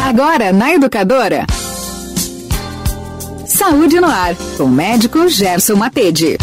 Agora na Educadora. Saúde no ar, com o médico Gerson Matede.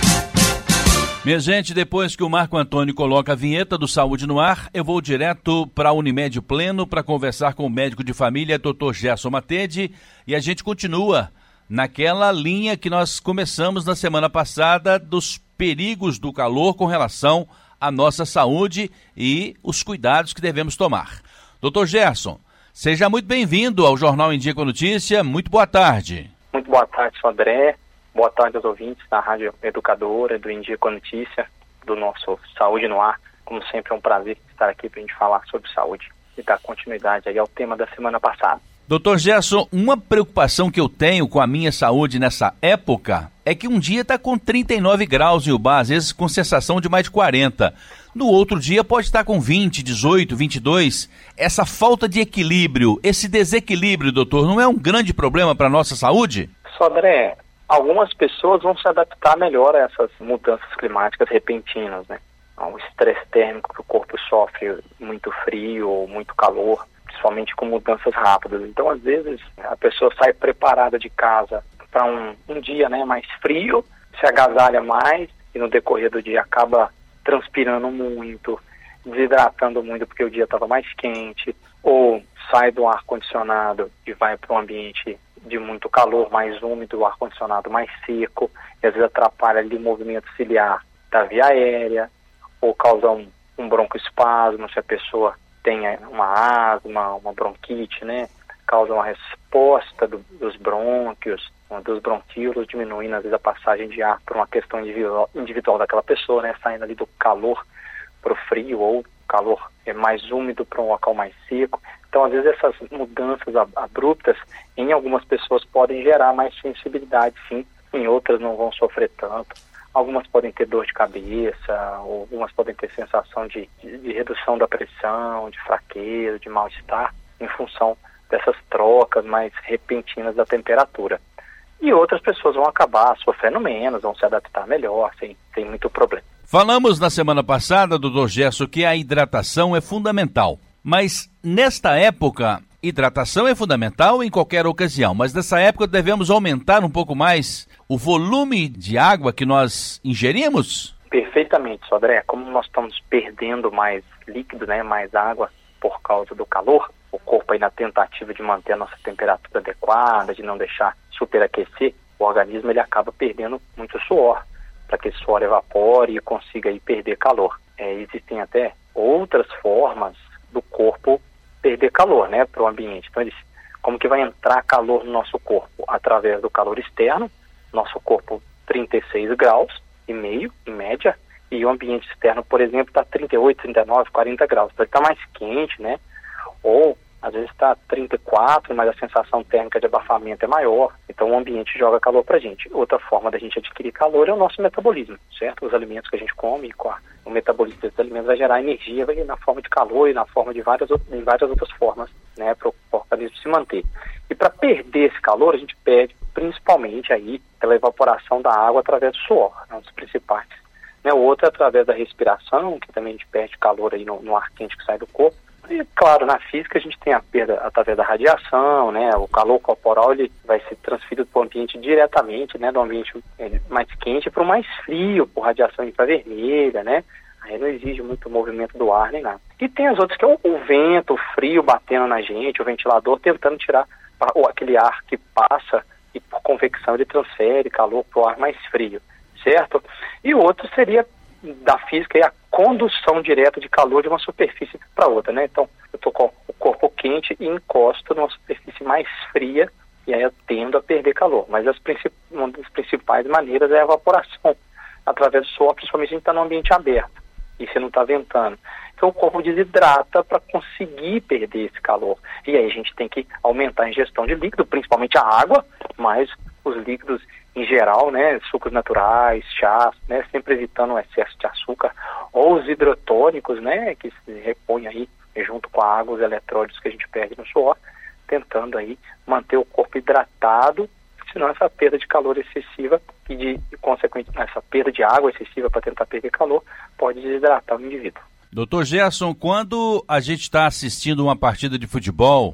Minha gente, depois que o Marco Antônio coloca a vinheta do Saúde no Ar, eu vou direto para a Unimed Pleno para conversar com o médico de família, Dr. Gerson Matede, e a gente continua naquela linha que nós começamos na semana passada dos perigos do calor com relação à nossa saúde e os cuidados que devemos tomar. Dr. Gerson, seja muito bem-vindo ao Jornal Em Dia com Notícia. Muito boa tarde. Muito boa tarde, sou André. Boa tarde aos ouvintes da Rádio Educadora, do Em Dia com Notícia, do nosso Saúde no Ar. Como sempre, é um prazer estar aqui para a gente falar sobre saúde e dar continuidade aí ao tema da semana passada. Doutor Gerson, uma preocupação que eu tenho com a minha saúde nessa época é que um dia está com 39 graus em Ubá, às vezes com sensação de mais de 40. No outro dia pode estar com 20, 18, 22. Essa falta de equilíbrio, esse desequilíbrio, doutor, não é um grande problema para a nossa saúde? André, algumas pessoas vão se adaptar melhor a essas mudanças climáticas repentinas, né? Ao estresse térmico que o corpo sofre, muito frio ou muito calor, principalmente com mudanças rápidas. Então, às vezes, a pessoa sai preparada de casa para um dia, né, mais frio, se agasalha mais e no decorrer do dia acaba transpirando muito, desidratando muito porque o dia estava mais quente, ou sai do ar-condicionado e vai para um ambiente de muito calor, mais úmido, o ar-condicionado mais seco, e às vezes atrapalha ali o movimento ciliar da via aérea, ou causa um broncoespasmo, se a pessoa tem uma asma, uma bronquite, né? Causa uma resposta dos brônquios, dos bronquíolos, diminuindo às vezes a passagem de ar por uma questão individual daquela pessoa, né? Saindo ali do calor para o frio, ou calor mais úmido para um local mais seco. Então, às vezes, essas mudanças abruptas, em algumas pessoas podem gerar mais sensibilidade, sim, em outras não vão sofrer tanto. Algumas podem ter dor de cabeça, ou algumas podem ter sensação de redução da pressão, de fraqueza, de mal-estar, em função dessas trocas mais repentinas da temperatura. E outras pessoas vão acabar sofrendo menos, vão se adaptar melhor, sem muito problema. Falamos na semana passada, doutor Gerson, que a hidratação é fundamental. Mas nesta época, hidratação é fundamental em qualquer ocasião, mas nessa época devemos aumentar um pouco mais o volume de água que nós ingerimos? Perfeitamente, André. Como nós estamos perdendo mais líquido, né, mais água por causa do calor, o corpo aí na tentativa de manter a nossa temperatura adequada, de não deixar superaquecer, o organismo ele acaba perdendo muito suor, para que esse suor evapore e consiga aí perder calor. Existem até outras formas do corpo perder calor, né, para o ambiente. Então, como que vai entrar calor no nosso corpo? Através do calor externo, nosso corpo 36 graus e meio, em média, e o ambiente externo, por exemplo, está 38, 39, 40 graus. Então, ele está mais quente, né, ou às vezes está 34, mas a sensação térmica de abafamento é maior, então o ambiente joga calor para a gente. Outra forma da gente adquirir calor é o nosso metabolismo, certo? Os alimentos que a gente come, o metabolismo desses alimentos vai gerar energia na forma de calor e na forma de várias outras formas, né, para o organismo se manter. E para perder esse calor, a gente perde principalmente aí pela evaporação da água através do suor, um dos principais. O outro é através da respiração, que também a gente perde calor aí no ar quente que sai do corpo. E, claro, na física a gente tem a perda através da radiação, né? O calor corporal ele vai ser transferido para o ambiente diretamente, né? Do ambiente mais quente para o mais frio, por radiação infravermelha, né? Aí não exige muito movimento do ar nem nada. E tem as outras que é o vento, o frio batendo na gente, o ventilador tentando tirar aquele ar que passa e por convecção ele transfere calor para o ar mais frio, certo? E o outro seria da física é a condução direta de calor de uma superfície para outra, né? Então, eu estou com o corpo quente e encosto numa superfície mais fria e aí eu tendo a perder calor. Mas uma das principais maneiras é a evaporação através do suor, principalmente a gente está num ambiente aberto e você não está ventando. Então, o corpo desidrata para conseguir perder esse calor. E aí a gente tem que aumentar a ingestão de líquido, principalmente a água, mas os líquidos em geral, né, sucos naturais, chás, né, sempre evitando o excesso de açúcar, ou os hidrotônicos, né, que se repõem aí junto com a água, os eletrólitos que a gente perde no suor, tentando aí manter o corpo hidratado, senão essa perda de calor excessiva e consequentemente, essa perda de água excessiva para tentar perder calor pode desidratar o indivíduo. Doutor Gerson, quando a gente está assistindo uma partida de futebol,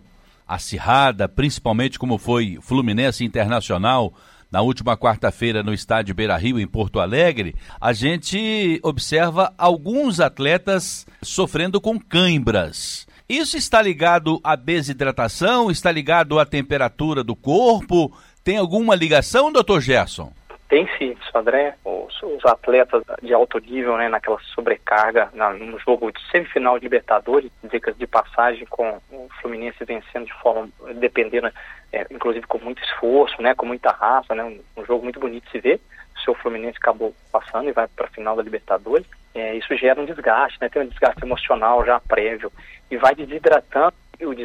acirrada, principalmente como foi Fluminense Internacional na última quarta-feira no estádio Beira-Rio, em Porto Alegre, a gente observa alguns atletas sofrendo com cãibras. Isso está ligado à desidratação? Está ligado à temperatura do corpo? Tem alguma ligação, doutor Gerson? Tem sim, André. Os atletas de alto nível, né, naquela sobrecarga no jogo de semifinal de Libertadores, dicas de passagem, com o Fluminense vencendo de forma, dependendo, inclusive com muito esforço, né, com muita raça, né, um jogo muito bonito de se ver. O seu Fluminense acabou passando e vai para a final da Libertadores. Isso gera um desgaste, né, tem um desgaste emocional já prévio e vai desidratando,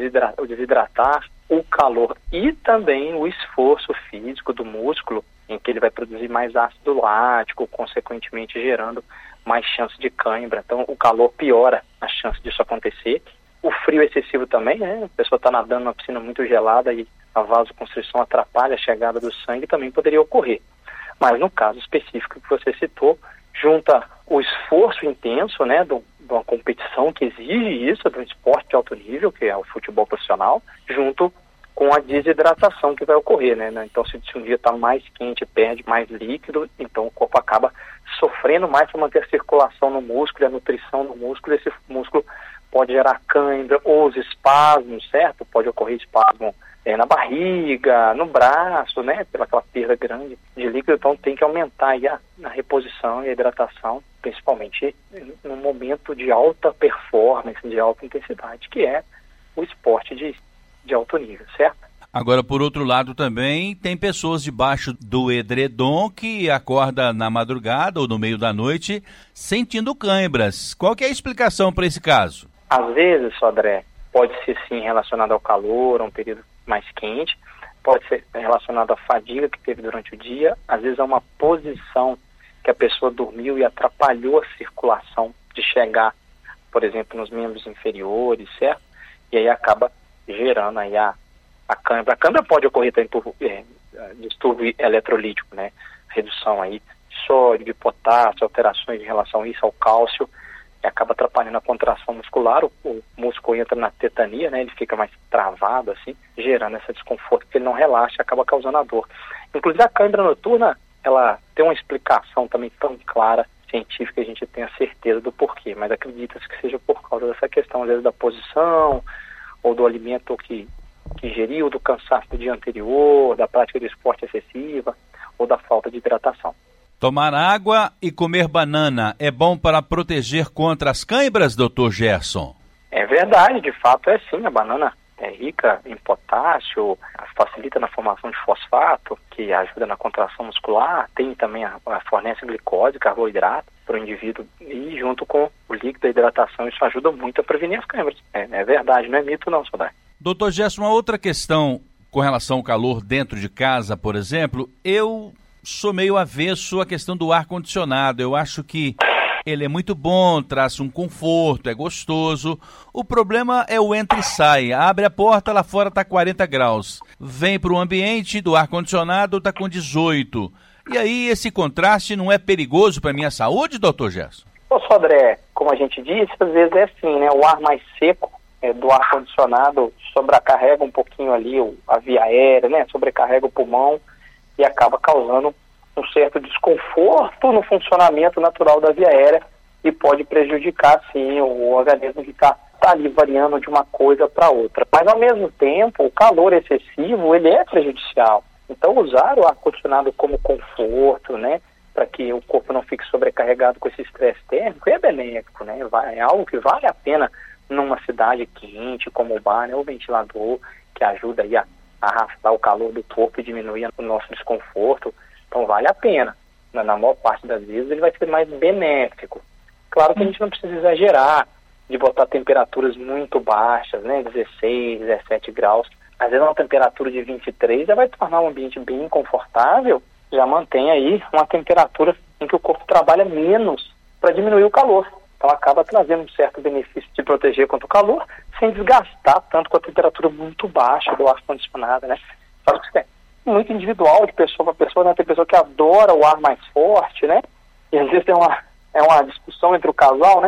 o desidratar, o calor e também o esforço físico do músculo, em que ele vai produzir mais ácido lático, consequentemente gerando mais chance de cãibra. Então o calor piora a chance disso acontecer. O frio excessivo também, né? A pessoa está nadando numa piscina muito gelada e a vasoconstrição atrapalha a chegada do sangue, também poderia ocorrer. Mas no caso específico que você citou, junta o esforço intenso, né, de uma competição que exige isso, de um esporte de alto nível, que é o futebol profissional, junto com a desidratação que vai ocorrer, né? Então, se um dia está mais quente, perde mais líquido, então o corpo acaba sofrendo mais para manter a circulação no músculo, a nutrição do músculo. Esse músculo pode gerar cãibra ou os espasmos, certo? Pode ocorrer espasmo na barriga, no braço, né? Pela aquela perda grande de líquido. Então, tem que aumentar aí a reposição e a hidratação, principalmente no momento de alta performance, de alta intensidade, que é o esporte de alto nível, certo? Agora, por outro lado também, tem pessoas debaixo do edredom que acorda na madrugada ou no meio da noite sentindo cãibras. Qual que é a explicação para esse caso? Às vezes, André, pode ser sim relacionado ao calor, a um período mais quente, pode ser relacionado à fadiga que teve durante o dia, às vezes é uma posição que a pessoa dormiu e atrapalhou a circulação de chegar, por exemplo, nos membros inferiores, certo? E aí acaba gerando aí a cãibra. A cãibra pode ocorrer também por distúrbio eletrolítico, né? Redução aí de sódio, de potássio, alterações em relação a isso, ao cálcio, e acaba atrapalhando a contração muscular. O músculo entra na tetania, né? Ele fica mais travado, assim, gerando esse desconforto, que ele não relaxa e acaba causando a dor. Inclusive a cãibra noturna, ela tem uma explicação também tão clara, científica, a gente tem a certeza do porquê, mas acredita-se que seja por causa dessa questão, às vezes, da posição, ou do alimento que ingeriu, do cansaço do dia anterior, da prática de esporte excessiva, ou da falta de hidratação. Tomar água e comer banana é bom para proteger contra as cãibras, doutor Gerson? É verdade, de fato é sim. A banana é rica em potássio, facilita na formação de fosfato, que ajuda na contração muscular, tem também fornece glicose, carboidrato para o indivíduo, e junto com o líquido, a hidratação, isso ajuda muito a prevenir as câimbras. É verdade, não é mito não, Sodré. Doutor Gerson, uma outra questão com relação ao calor dentro de casa, por exemplo, eu sou meio avesso à questão do ar-condicionado. Eu acho que ele é muito bom, traz um conforto, é gostoso. O problema é o entra e sai. Abre a porta, lá fora está 40 graus. Vem para o ambiente do ar-condicionado, está com 18. E aí esse contraste não é perigoso para a minha saúde, doutor Gerson? Ô, Sodré, como a gente disse, às vezes é assim, né? O ar mais seco do ar-condicionado sobrecarrega um pouquinho ali a via aérea, né? Sobrecarrega o pulmão e acaba causando um certo desconforto no funcionamento natural da via aérea e pode prejudicar, sim, o organismo que está ali variando de uma coisa para outra. Mas, ao mesmo tempo, o calor excessivo, ele é prejudicial. Então, usar o ar-condicionado como conforto, né, para que o corpo não fique sobrecarregado com esse estresse térmico, é benéfico, né, é algo que vale a pena numa cidade quente, como o bar, né, o ventilador, que ajuda aí a arrastar o calor do corpo e diminuir o nosso desconforto. Então, vale a pena. Na maior parte das vezes, ele vai ser mais benéfico. Claro que a gente não precisa exagerar de botar temperaturas muito baixas, né, 16, 17 graus. Às vezes uma temperatura de 23 já vai tornar um ambiente bem confortável, já mantém aí uma temperatura em que o corpo trabalha menos para diminuir o calor. Então acaba trazendo um certo benefício de proteger contra o calor, sem desgastar tanto com a temperatura muito baixa do ar-condicionado, né? Claro que isso é muito individual, de pessoa para pessoa, né? Tem pessoa que adora o ar mais forte, né? E às vezes é uma discussão entre o casal, né?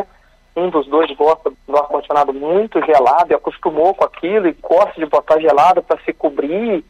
um dos dois gosta do ar-condicionado muito gelado e acostumou com aquilo e gosta de botar gelado para se cobrir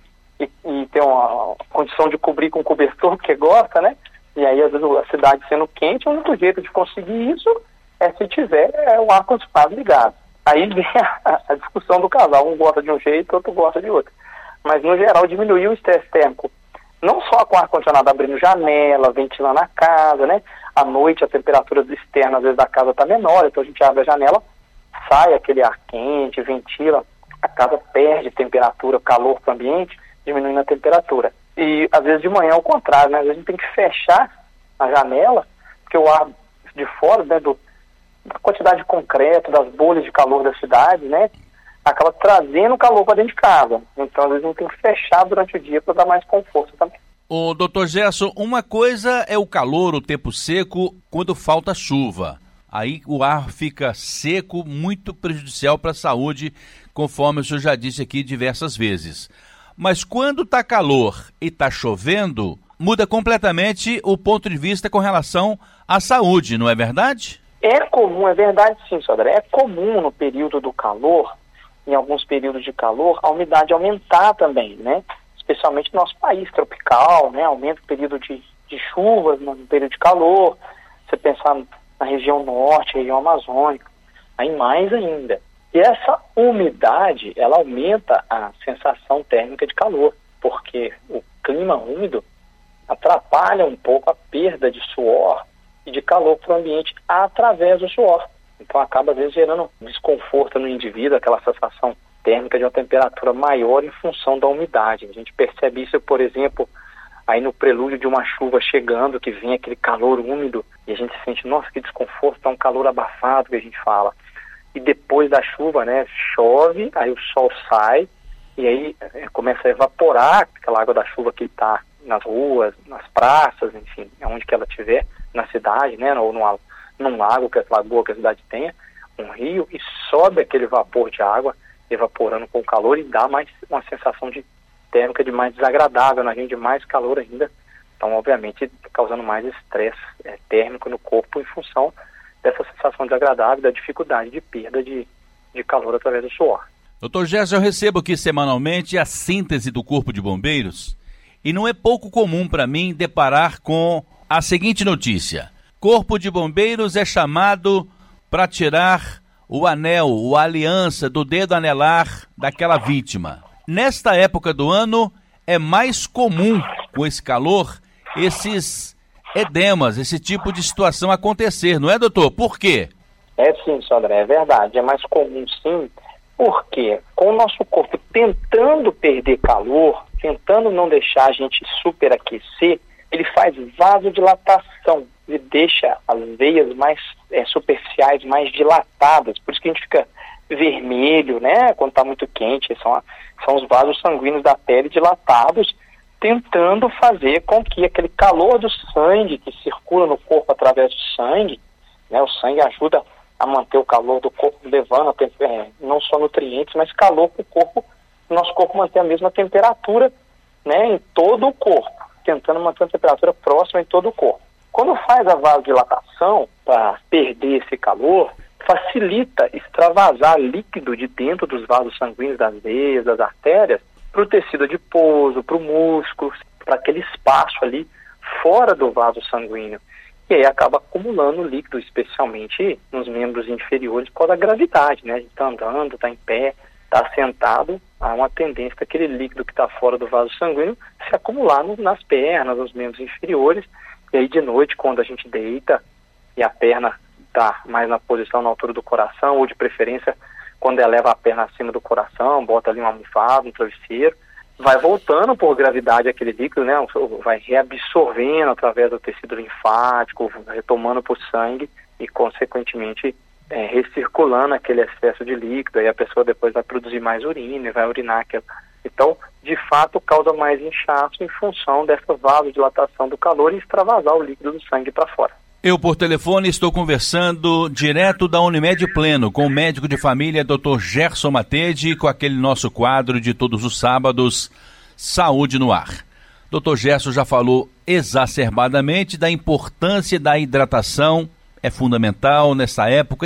e ter uma condição de cobrir com cobertor, porque gosta, né? E aí, às vezes, a cidade sendo quente, o único jeito de conseguir isso é se tiver o ar-condicionado ligado. Aí vem a discussão do casal, um gosta de um jeito, outro gosta de outro. Mas, no geral, diminuiu o estresse térmico. Não só com o ar-condicionado abrindo janela, ventilando a casa, né? À noite a temperatura externa, às vezes, da casa está menor, então a gente abre a janela, sai aquele ar quente, ventila, a casa perde temperatura, calor para o ambiente, diminuindo a temperatura. E, às vezes, de manhã é o contrário, né? Às vezes a gente tem que fechar a janela, porque o ar de fora, né, da quantidade de concreto, das bolhas de calor da cidade, né, acaba trazendo calor para dentro de casa. Então, às vezes, a gente tem que fechar durante o dia para dar mais conforto também. Ô, doutor Gerson, uma coisa é o calor, o tempo seco, quando falta chuva. Aí o ar fica seco, muito prejudicial para a saúde, conforme o senhor já disse aqui diversas vezes. Mas quando está calor e está chovendo, muda completamente o ponto de vista com relação à saúde, não é verdade? É comum, é verdade sim, Sodré. É comum no período do calor, em alguns períodos de calor, a umidade aumentar também, né? Especialmente no nosso país tropical, né? Aumenta o período de chuvas no período de calor. Você pensar na região norte, região amazônica, aí mais ainda. E essa umidade, ela aumenta a sensação térmica de calor, porque o clima úmido atrapalha um pouco a perda de suor e de calor para o ambiente através do suor. Então acaba, às vezes, gerando desconforto no indivíduo, aquela sensação térmica de uma temperatura maior em função da umidade. A gente percebe isso, por exemplo, aí no prelúdio de uma chuva chegando, que vem aquele calor úmido, e a gente sente, nossa, que desconforto, tá um calor abafado, que a gente fala. E depois da chuva, né, chove, aí o sol sai, e aí começa a evaporar aquela água da chuva que está nas ruas, nas praças, enfim, onde que ela estiver, na cidade, né, ou num lago, que é a lagoa que a cidade tenha, um rio, e sobe aquele vapor de água, evaporando com o calor, e dá mais uma sensação de térmica de mais desagradável na gente, de mais calor ainda. Então, obviamente, causando mais estresse térmico no corpo em função dessa sensação desagradável, da dificuldade de perda de calor através do suor. Doutor Gerson, eu recebo aqui semanalmente a síntese do Corpo de Bombeiros e não é pouco comum para mim deparar com a seguinte notícia: Corpo de Bombeiros é chamado para tirar o anel, a aliança do dedo anelar daquela vítima. Nesta época do ano é mais comum, com esse calor, esses edemas, esse tipo de situação acontecer, não é, doutor? Por quê? É sim, Sodré, é verdade. É mais comum sim, porque com o nosso corpo tentando perder calor, tentando não deixar a gente superaquecer, ele faz vasodilatação, ele deixa as veias mais superficiais mais dilatadas, por isso que a gente fica vermelho, né, quando está muito quente. São os vasos sanguíneos da pele dilatados, tentando fazer com que aquele calor do sangue que circula no corpo através do sangue, né, o sangue ajuda a manter o calor do corpo, levando não só nutrientes, mas calor para o corpo, o nosso corpo manter a mesma temperatura, né, em todo o corpo, tentando manter a temperatura próxima em todo o corpo. Quando faz a vasodilatação para perder esse calor, facilita extravasar líquido de dentro dos vasos sanguíneos, das veias, das artérias, para o tecido adiposo, para o músculo, para aquele espaço ali fora do vaso sanguíneo. E aí acaba acumulando líquido, especialmente nos membros inferiores, por causa da gravidade, né? A gente está andando, está em pé, está sentado, há uma tendência daquele líquido que está fora do vaso sanguíneo se acumular nas pernas, nos membros inferiores. E aí de noite, quando a gente deita e a perna está mais na posição na altura do coração, ou de preferência quando eleva a perna acima do coração, bota ali uma almofada, um travesseiro, vai voltando por gravidade aquele líquido, né? Vai reabsorvendo através do tecido linfático, retomando para o sangue e, consequentemente, recirculando aquele excesso de líquido. Aí a pessoa depois vai produzir mais urina e vai urinar aquilo. Então, de fato, causa mais inchaço em função dessa vasodilatação do calor e extravasar o líquido do sangue para fora. Eu, por telefone, estou conversando direto da Unimed Pleno com o médico de família, Dr. Gerson Matede, com aquele nosso quadro de todos os sábados, Saúde no Ar. Dr. Gerson já falou exacerbadamente da importância da hidratação, é fundamental nessa época, em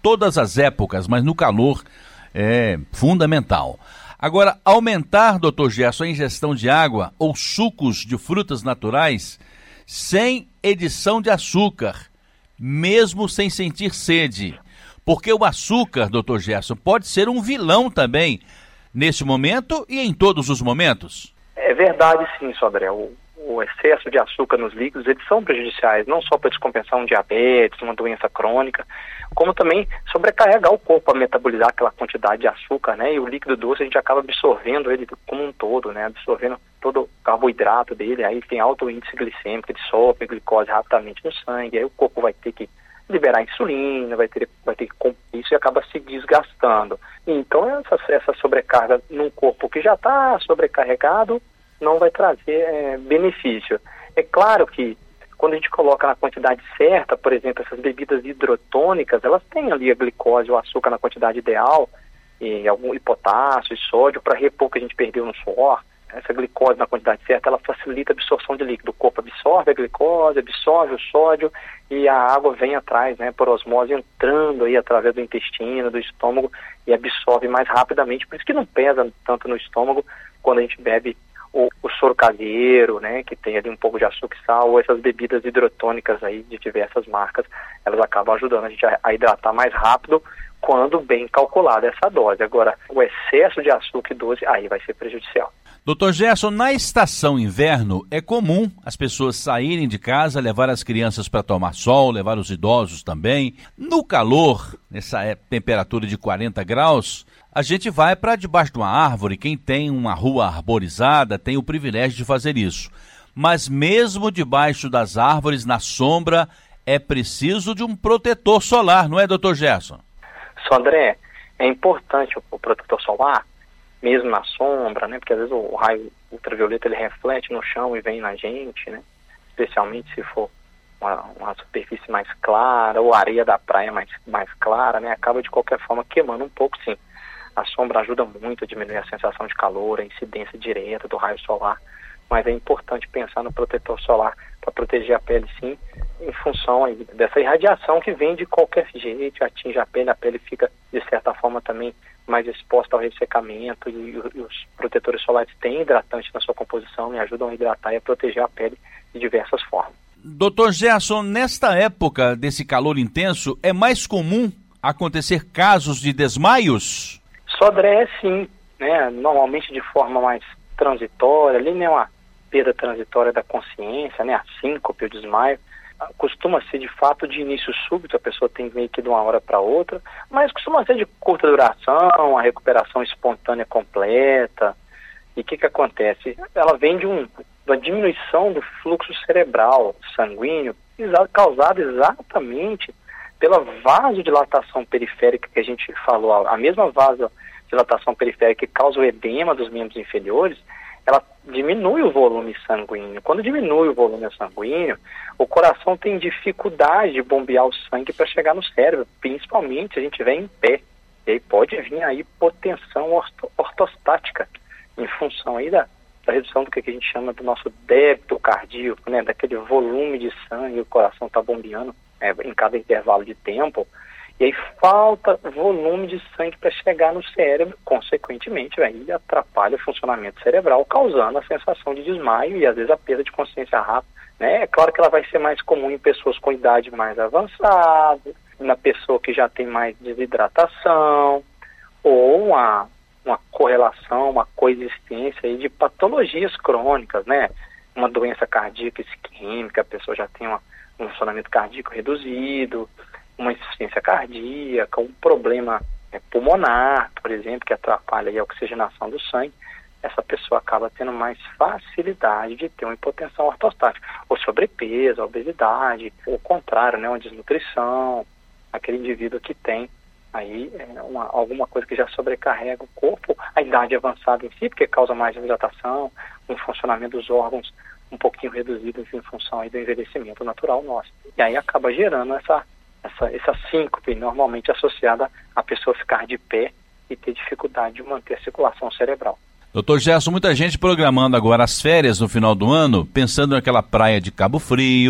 todas as épocas, mas no calor é fundamental. Agora, aumentar, doutor Gerson, a ingestão de água ou sucos de frutas naturais sem edição de açúcar, mesmo sem sentir sede. Porque o açúcar, doutor Gerson, pode ser um vilão também nesse momento e em todos os momentos. É verdade sim, Sodré. O excesso de açúcar nos líquidos, eles são prejudiciais, não só para descompensar um diabetes, uma doença crônica, como também sobrecarregar o corpo a metabolizar aquela quantidade de açúcar, né? E o líquido doce a gente acaba absorvendo ele como um todo, né? Absorvendo todo o carboidrato dele, aí tem alto índice glicêmico, ele sobe a glicose rapidamente no sangue, aí o corpo vai ter que liberar insulina, vai ter que compor isso e acaba se desgastando. Então essa sobrecarga num corpo que já está sobrecarregado não vai trazer benefício. É claro que quando a gente coloca na quantidade certa, por exemplo, essas bebidas hidrotônicas, elas têm ali a glicose, o açúcar na quantidade ideal, e potássio e sódio para repor o que a gente perdeu no suor. Essa glicose na quantidade certa, ela facilita a absorção de líquido. O corpo absorve a glicose, absorve o sódio e a água vem atrás, né, por osmose, entrando aí através do intestino, do estômago e absorve mais rapidamente. Por isso que não pesa tanto no estômago quando a gente bebe o soro caseiro, né, que tem ali um pouco de açúcar e sal, ou essas bebidas hidrotônicas aí de diversas marcas, elas acabam ajudando a gente a hidratar mais rápido quando bem calculada essa dose. Agora, o excesso de açúcar e doce, aí vai ser prejudicial. Doutor Gerson, na estação inverno é comum as pessoas saírem de casa, levar as crianças para tomar sol, levar os idosos também. No calor, nessa temperatura de 40 graus, a gente vai para debaixo de uma árvore. Quem tem uma rua arborizada tem o privilégio de fazer isso. Mas mesmo debaixo das árvores, na sombra, é preciso de um protetor solar, não é, doutor Gerson? André, é importante o protetor solar, mesmo na sombra, né? Porque às vezes o raio ultravioleta ele reflete no chão e vem na gente, né? Especialmente se for uma superfície mais clara ou a areia da praia mais clara, né? Acaba de qualquer forma queimando um pouco, sim. A sombra ajuda muito a diminuir a sensação de calor, a incidência direta do raio solar, mas é importante pensar no protetor solar para proteger a pele, sim, em função aí dessa irradiação que vem de qualquer jeito, atinge a pele fica, de certa forma, também mais exposta ao ressecamento, e os protetores solares têm hidratante na sua composição e ajudam a hidratar e a proteger a pele de diversas formas. Doutor Gerson, nesta época desse calor intenso, é mais comum acontecer casos de desmaios? Sodré é sim, né? Normalmente de forma mais transitória, ali não é uma perda transitória da consciência, né? A síncope, o desmaio, costuma ser de fato de início súbito, a pessoa tem meio que de uma hora para outra, mas costuma ser de curta duração, a recuperação espontânea completa. E o que acontece? Ela vem de uma diminuição do fluxo cerebral sanguíneo, causada exatamente pela vasodilatação periférica que a gente falou, a mesma vasodilatação periférica que causa o edema dos membros inferiores, ela diminui o volume sanguíneo. Quando diminui o volume sanguíneo, o coração tem dificuldade de bombear o sangue para chegar no cérebro, principalmente a gente vem em pé. E aí pode vir a hipotensão ortostática, em função aí da redução do que a gente chama do nosso débito cardíaco, né, daquele volume de sangue, o coração está bombeando em cada intervalo de tempo, e aí falta volume de sangue para chegar no cérebro, consequentemente, aí atrapalha o funcionamento cerebral, causando a sensação de desmaio e às vezes a perda de consciência rápida, né? É claro que ela vai ser mais comum em pessoas com idade mais avançada, na pessoa que já tem mais desidratação, ou uma correlação, uma coexistência aí de patologias crônicas, né? Uma doença cardíaca isquêmica, a pessoa já tem um funcionamento cardíaco reduzido, uma insuficiência cardíaca, um problema pulmonar, por exemplo, que atrapalha aí a oxigenação do sangue, essa pessoa acaba tendo mais facilidade de ter uma hipotensão ortostática, ou sobrepeso, obesidade, ou o contrário, né, uma desnutrição, aquele indivíduo que tem aí alguma coisa que já sobrecarrega o corpo, a idade avançada em si, porque causa mais desidratação, um funcionamento dos órgãos um pouquinho reduzido em função aí do envelhecimento natural nosso. E aí acaba gerando essa síncope, normalmente associada a pessoa ficar de pé e ter dificuldade de manter a circulação cerebral. Doutor Gerson, muita gente programando agora as férias no final do ano, pensando naquela praia de Cabo Frio,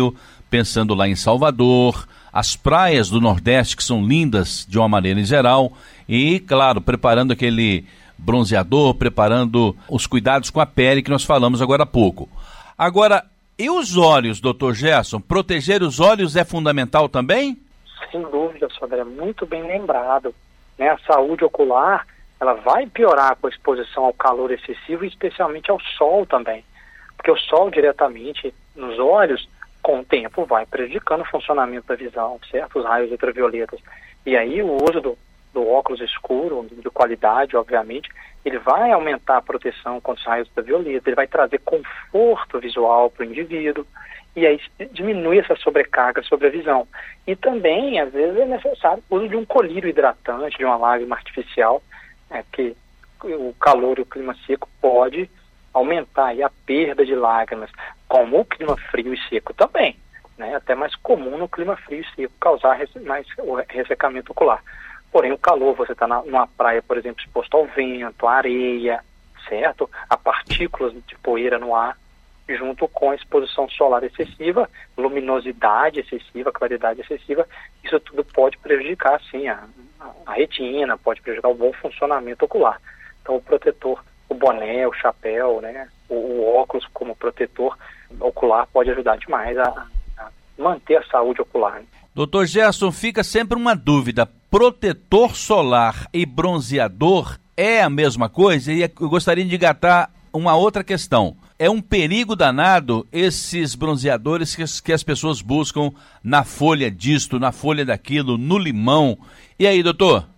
pensando lá em Salvador, as praias do Nordeste que são lindas de uma maneira em geral e, claro, preparando aquele bronzeador, preparando os cuidados com a pele que nós falamos agora há pouco. Agora, e os olhos, doutor Gerson? Proteger os olhos é fundamental também? Sem dúvida, Sodré, muito bem lembrado. Né? A saúde ocular, ela vai piorar com a exposição ao calor excessivo e especialmente ao sol também. Porque o sol diretamente nos olhos, com o tempo, vai prejudicando o funcionamento da visão, certo? Os raios ultravioletas. E aí o uso do óculos escuro, de qualidade, obviamente, ele vai aumentar a proteção contra os raios ultravioletas, ele vai trazer conforto visual para o indivíduo, e aí diminui essa sobrecarga sobre a visão. E também, às vezes, é necessário o uso de um colírio hidratante, de uma lágrima artificial, que o calor e o clima seco pode aumentar aí a perda de lágrimas, como o clima frio e seco também, né? Até mais comum no clima frio e seco causar mais ressecamento ocular. Porém, o calor, você está numa praia, por exemplo, exposto ao vento, à areia, certo? A partículas de poeira no ar, junto com a exposição solar excessiva, luminosidade excessiva, claridade excessiva, isso tudo pode prejudicar, sim, a retina, pode prejudicar o bom funcionamento ocular. Então, o protetor, o boné, o chapéu, né, o óculos como protetor ocular pode ajudar demais a manter a saúde ocular. Né? Doutor Gerson, fica sempre uma dúvida, protetor solar e bronzeador é a mesma coisa? E eu gostaria de engatar uma outra questão. É um perigo danado esses bronzeadores que as pessoas buscam na folha disto, na folha daquilo, no limão. E aí, doutor?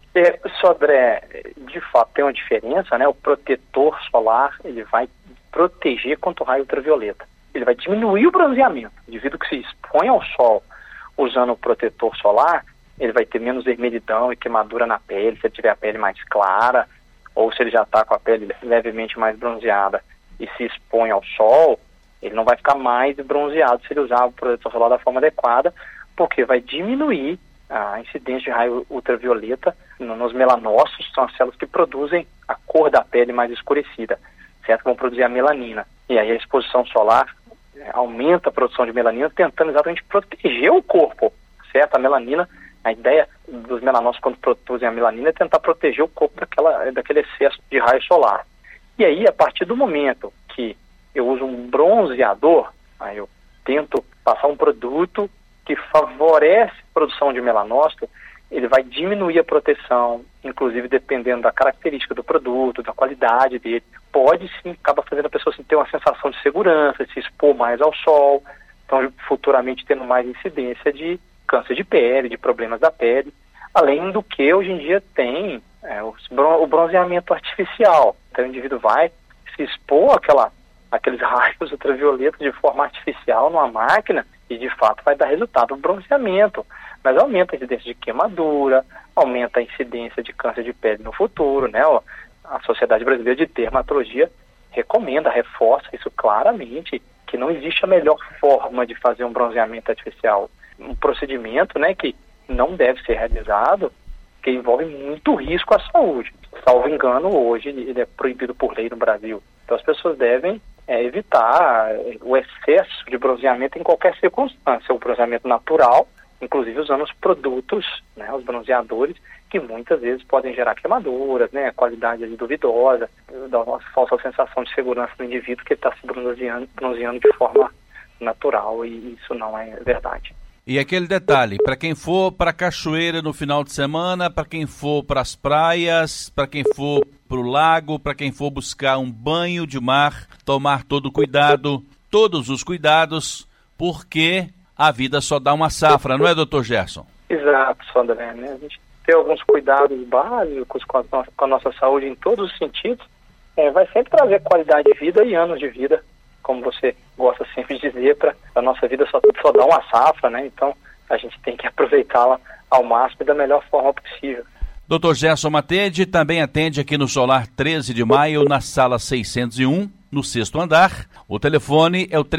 Sodré, de fato tem uma diferença, né? O protetor solar, ele vai proteger contra o raio ultravioleta. Ele vai diminuir o bronzeamento. O indivíduo que se expõe ao sol usando o protetor solar, ele vai ter menos vermelhidão e queimadura na pele, se ele tiver a pele mais clara, ou se ele já está com a pele levemente mais bronzeada e se expõe ao sol, ele não vai ficar mais bronzeado se ele usar o protetor solar da forma adequada, porque vai diminuir a incidência de raio ultravioleta nos melanócitos, que são as células que produzem a cor da pele mais escurecida, certo? Vão produzir a melanina. E aí a exposição solar aumenta a produção de melanina, tentando exatamente proteger o corpo, certo? A melanina, a ideia dos melanócitos quando produzem a melanina é tentar proteger o corpo daquele excesso de raio solar. E aí, a partir do momento que eu uso um bronzeador, aí eu tento passar um produto que favorece a produção de melanócito, ele vai diminuir a proteção, inclusive dependendo da característica do produto, da qualidade dele. Pode sim, acaba fazendo a pessoa ter uma sensação de segurança, de se expor mais ao sol, então futuramente tendo mais incidência de câncer de pele, de problemas da pele, além do que hoje em dia tem o bronzeamento artificial. Então o indivíduo vai se expor àqueles raios ultravioletas de forma artificial numa máquina e de fato vai dar resultado no bronzeamento, mas aumenta a incidência de queimadura, aumenta a incidência de câncer de pele no futuro, né? A Sociedade Brasileira de Dermatologia recomenda, reforça isso claramente, que não existe a melhor forma de fazer um bronzeamento artificial. Um procedimento, né, que não deve ser realizado, que envolve muito risco à saúde. Salvo engano, hoje ele é proibido por lei no Brasil. Então as pessoas devem evitar o excesso de bronzeamento em qualquer circunstância. O bronzeamento natural, inclusive usando os produtos, né, os bronzeadores, que muitas vezes podem gerar queimaduras, né, qualidade duvidosa, dá uma falsa sensação de segurança no indivíduo que está se bronzeando de forma natural, e isso não é verdade. E aquele detalhe, para quem for para a cachoeira no final de semana, para quem for para as praias, para quem for para o lago, para quem for buscar um banho de mar, tomar todos os cuidados, porque a vida só dá uma safra, não é, doutor Gerson? Exato, Sodré, né? A gente ter alguns cuidados básicos com a nossa saúde em todos os sentidos, vai sempre trazer qualidade de vida e anos de vida, como você gosta sempre de dizer, para a nossa vida só dá uma safra, né? Então a gente tem que aproveitá-la ao máximo e da melhor forma possível. Dr. Gerson Matede também atende aqui no Solar 13 de Maio, na sala 601, no 6º andar. O telefone é o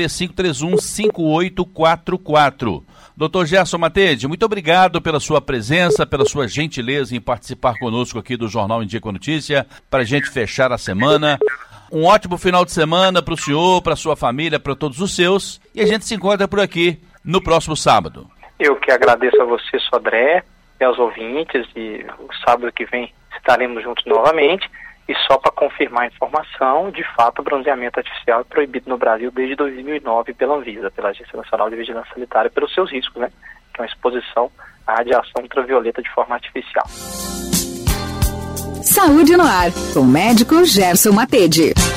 3531-5844. Dr. Gerson Matede, muito obrigado pela sua presença, pela sua gentileza em participar conosco aqui do Jornal Em Dia com a Notícia, para a gente fechar a semana. Um ótimo final de semana para o senhor, para a sua família, para todos os seus. E a gente se encontra por aqui no próximo sábado. Eu que agradeço a você, Sodré, e aos ouvintes, e o sábado que vem estaremos juntos novamente. E só para confirmar a informação, de fato, o bronzeamento artificial é proibido no Brasil desde 2009 pela Anvisa, pela Agência Nacional de Vigilância Sanitária, pelos seus riscos, né? Que é uma exposição à radiação ultravioleta de forma artificial. Saúde no ar, com o médico Gerson Matede.